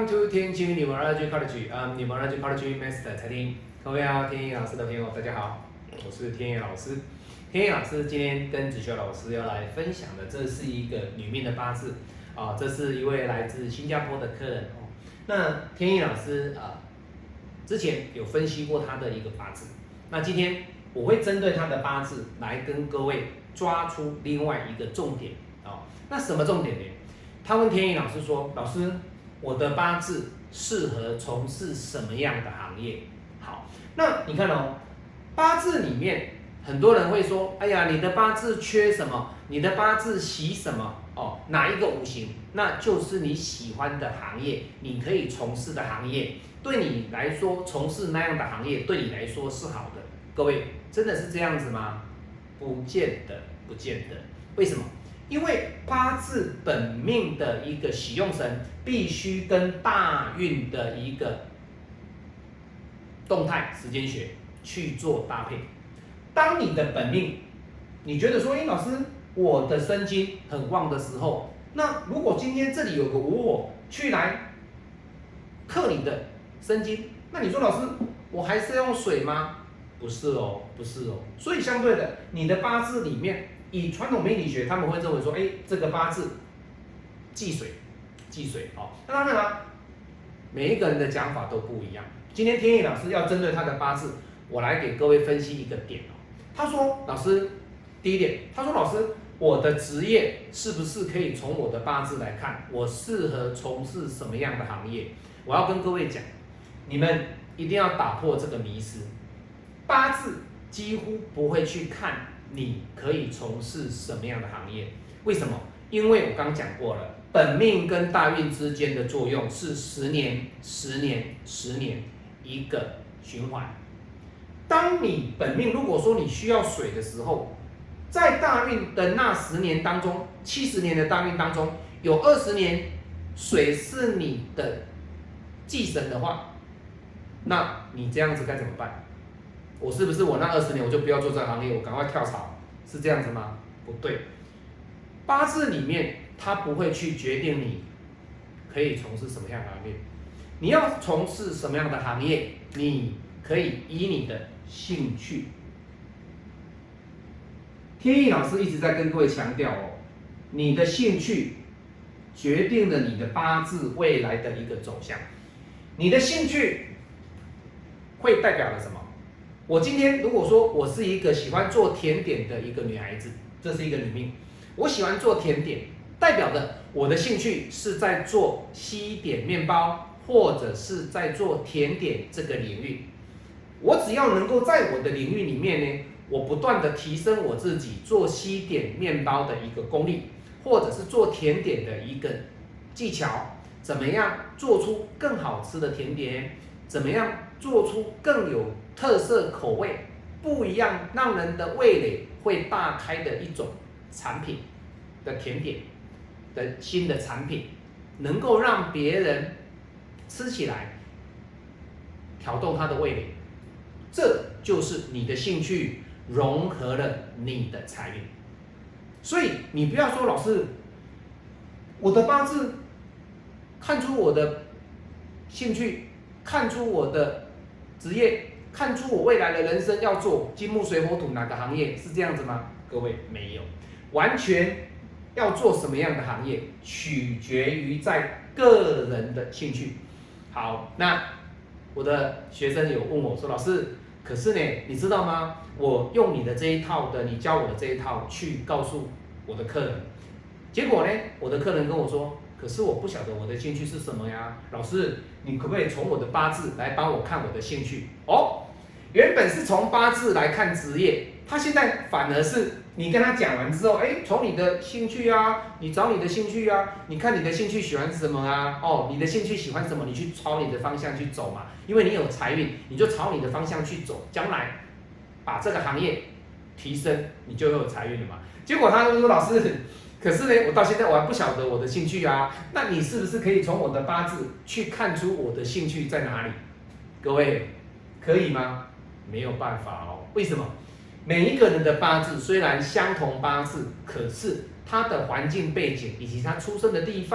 Welcome to 天晴 Numerology College，Numerology College Master 财经。各位好，天野老师的朋友，大家好，我是天野老师。天野老师今天跟子修老师要来分享的，这是一个女命的八字啊，这是一位来自新加坡的客人哦。那天野老师之前有分析过他的一个八字，那今天我会针对他的八字来跟各位抓出另外一个重点啊。那什么重点呢？他问天野老师说：“老师，我的八字适合从事什么样的行业？”好，那你看哦，八字里面很多人会说：“哎呀，你的八字缺什么？你的八字喜什么？哦，哪一个五行？那就是你喜欢的行业，你可以从事的行业。对你来说，从事那样的行业对你来说是好的。各位，真的是这样子吗？不见得，不见得。为什么？因为八字本命的一个喜用神必须跟大运的一个动态时间学去做搭配。当你的本命，你觉得说，老师，我的生金很旺的时候，那如果今天这里有个午火去来克你的生金，那你说老师，我还是要用水吗？不是哦，不是哦。所以相对的，你的八字里面，以传统命理学，他们会认为说，这个八字忌水，忌水哦。那当然了，每一个人的讲法都不一样。今天天野老师要针对他的八字，我来给各位分析一个点哦。他说，老师，第一点，他说老师，我的职业是不是可以从我的八字来看，我适合从事什么样的行业？我要跟各位讲，你们一定要打破这个迷思。八字几乎不会去看你可以从事什么样的行业，为什么？因为我刚讲过了，本命跟大运之间的作用是10年、10年、10年一个循环。当你本命如果说你需要水的时候，在大运的那10年当中，70年的大运当中，有20年水是你的忌神的话，那你这样子该怎么办？我是不是我那20年我就不要做这个行业，我赶快跳槽，是这样子吗？不对，八字里面它不会去决定你可以从事什么样的行业，你要从事什么样的行业，你可以以你的兴趣。天意老师一直在跟各位强调哦，你的兴趣决定了你的八字未来的一个走向，你的兴趣会代表了什么？我今天如果说我是一个喜欢做甜点的一个女孩子，这是一个女命，我喜欢做甜点，代表的我的兴趣是在做西点面包，或者是在做甜点这个领域。我只要能够在我的领域里面呢，我不断的提升我自己做西点面包的一个功力，或者是做甜点的一个技巧，怎么样做出更好吃的甜点，怎么样做出更有特色口味、不一样让人的味蕾会大开的一种产品的甜点的新的产品，能够让别人吃起来挑动他的味蕾，这就是你的兴趣融合了你的财运。所以你不要说老师，我的八字看出我的兴趣，看出我的职业，看出我未来的人生要做金木水火土哪个行业，是这样子吗？各位，没有，完全要做什么样的行业，取决于在个人的兴趣。好，那我的学生有问我说，老师，可是呢，你知道吗？我用你的这一套的，你教我的这一套去告诉我的客人，结果呢，我的客人跟我说，可是我不晓得我的兴趣是什么呀，老师，你可不可以从我的八字来帮我看我的兴趣？哦，原本是从八字来看职业，他现在反而是你跟他讲完之后，从你的兴趣啊，你找你的兴趣啊，你看你的兴趣喜欢什么啊？哦，你的兴趣喜欢什么，你去朝你的方向去走嘛，因为你有财运，你就朝你的方向去走，将来把这个行业提升，你就有财运了嘛。结果他就说，老师，可是呢，我到现在我还不晓得我的兴趣啊，那你是不是可以从我的八字去看出我的兴趣在哪里？各位，可以吗？没有办法哦。为什么？每一个人的八字虽然相同八字，可是他的环境背景以及他出生的地方，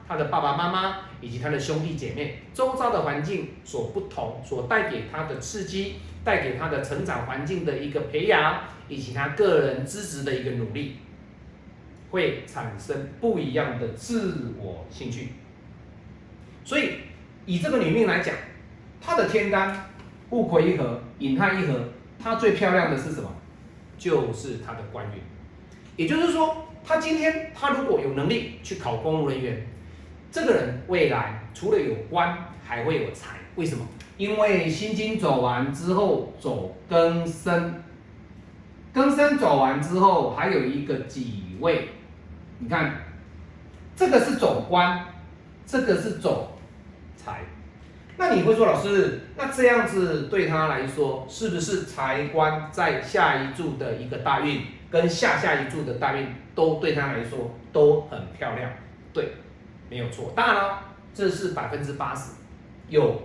他的爸爸妈妈以及他的兄弟姐妹，周遭的环境所不同，所带给他的刺激，带给他的成长环境的一个培养，以及他个人资质的一个努力，会产生不一样的自我兴趣。所以以这个女命来讲，她的天干戊癸一合，寅亥一合，她最漂亮的是什么？就是她的官运。也就是说，她今天她如果有能力去考公务人员，这个人未来除了有官，还会有财。为什么？因为辛金走完之后走庚申，庚申走完之后还有一个己未，你看，这个是走官，这个是走财。那你会说，老师，那这样子对他来说，是不是财官在下一柱的一个大运，跟下下一柱的大运都对他来说都很漂亮？对，没有错。当然了，这是80%，有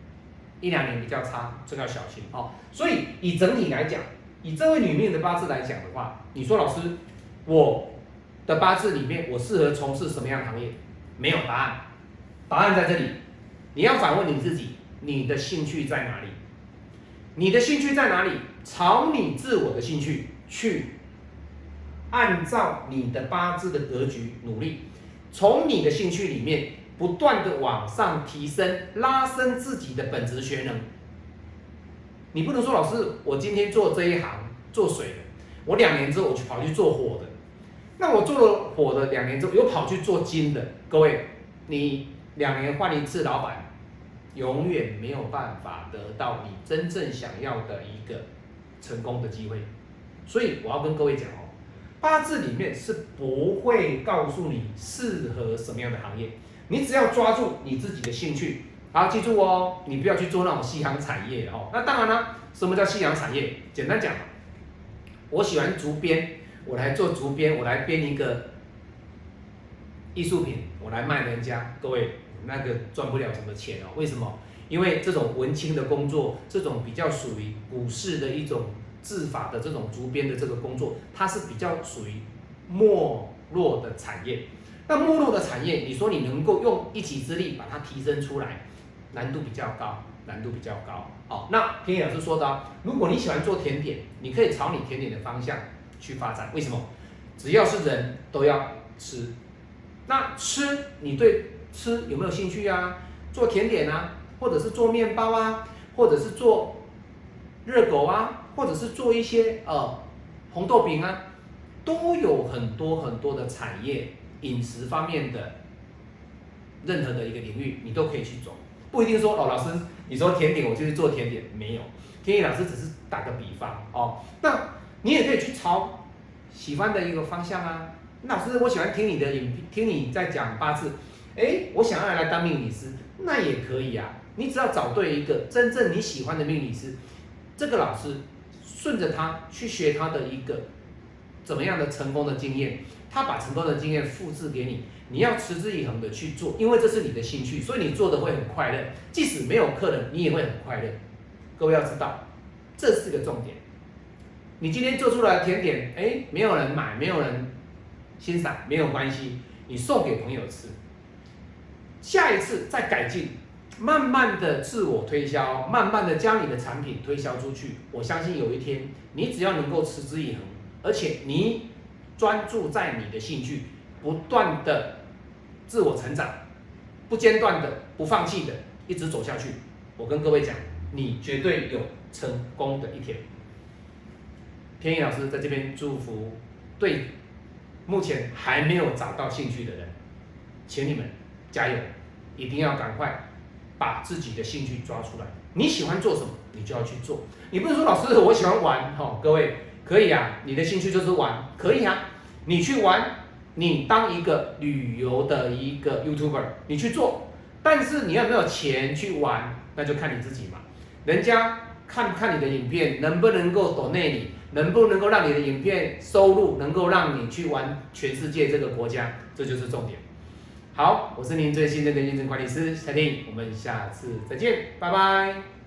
1-2年比较差，这个要小心哦。所以以整体来讲，以这位女命的八字来讲的话，你说老师，我的八字里面我适合从事什么样的行业？没有答案，答案在这里。你要反问你自己，你的兴趣在哪里？你的兴趣在哪里？朝你自我的兴趣去，按照你的八字的格局努力，从你的兴趣里面不断的往上提升，拉升自己的本职学能。你不能说老师，我今天做这一行做水的，我2年之后我跑去做火的，那我做了火的2年之后又跑去做金的，各位，你2年换1次老板，永远没有办法得到你真正想要的一个成功的机会。所以我要跟各位讲哦，八字里面是不会告诉你适合什么样的行业，你只要抓住你自己的兴趣。好，记住哦，你不要去做那种夕阳产业哦。那当然了，什么叫夕阳产业？简单讲，我喜欢竹编，我来做竹编，我来编一个艺术品，我来卖人家。各位，那个赚不了什么钱哦。为什么？因为这种文青的工作，这种比较属于股市的一种制法的这种竹编的这个工作，它是比较属于没落的产业。那没落的产业，你说你能够用一己之力把它提升出来，难度比较高，难度比较高。好，那天野老师说的，如果你喜欢做甜点，你可以朝你甜点的方向去发展。为什么？只要是人都要吃，那吃你对吃有没有兴趣啊？做甜点啊，或者是做面包啊，或者是做热狗啊，或者是做一些红豆饼啊，都有很多很多的产业，饮食方面的任何的一个领域，你都可以去走。不一定说老师你说甜点我就去做甜点，没有。天野老师只是打个比方哦，那你也可以去朝喜欢的一个方向啊。老师，我喜欢听你的听你在讲八字，我想要来当命理师，那也可以啊。你只要找对一个真正你喜欢的命理师，这个老师顺着他去学他的一个怎么样的成功的经验，他把成功的经验复制给你，你要持之以恒的去做，因为这是你的兴趣，所以你做的会很快乐，即使没有客人，你也会很快乐。各位要知道，这是个重点。你今天做出来的甜点，没有人买，没有人欣赏，没有关系，你送给朋友吃。下一次再改进，慢慢的自我推销，慢慢的将你的产品推销出去。我相信有一天，你只要能够持之以恒，而且你专注在你的兴趣，不断的自我成长，不间断的、不放弃的，一直走下去。我跟各位讲，你绝对有成功的一天。天野老师在这边祝福对目前还没有找到兴趣的人，请你们加油，一定要赶快把自己的兴趣抓出来。你喜欢做什么，你就要去做。你不能说老师我喜欢玩，各位可以啊，你的兴趣就是玩，可以啊，你去玩，你当一个旅游的一个 YouTuber， 你去做，但是你有没有钱去玩，那就看你自己嘛。人家看不看你的影片，能不能够donate你，能不能够让你的影片收入能够让你去玩全世界这个国家，这就是重点。好，我是您最信任的验证管理师蔡天颖，我们下次再见，拜拜。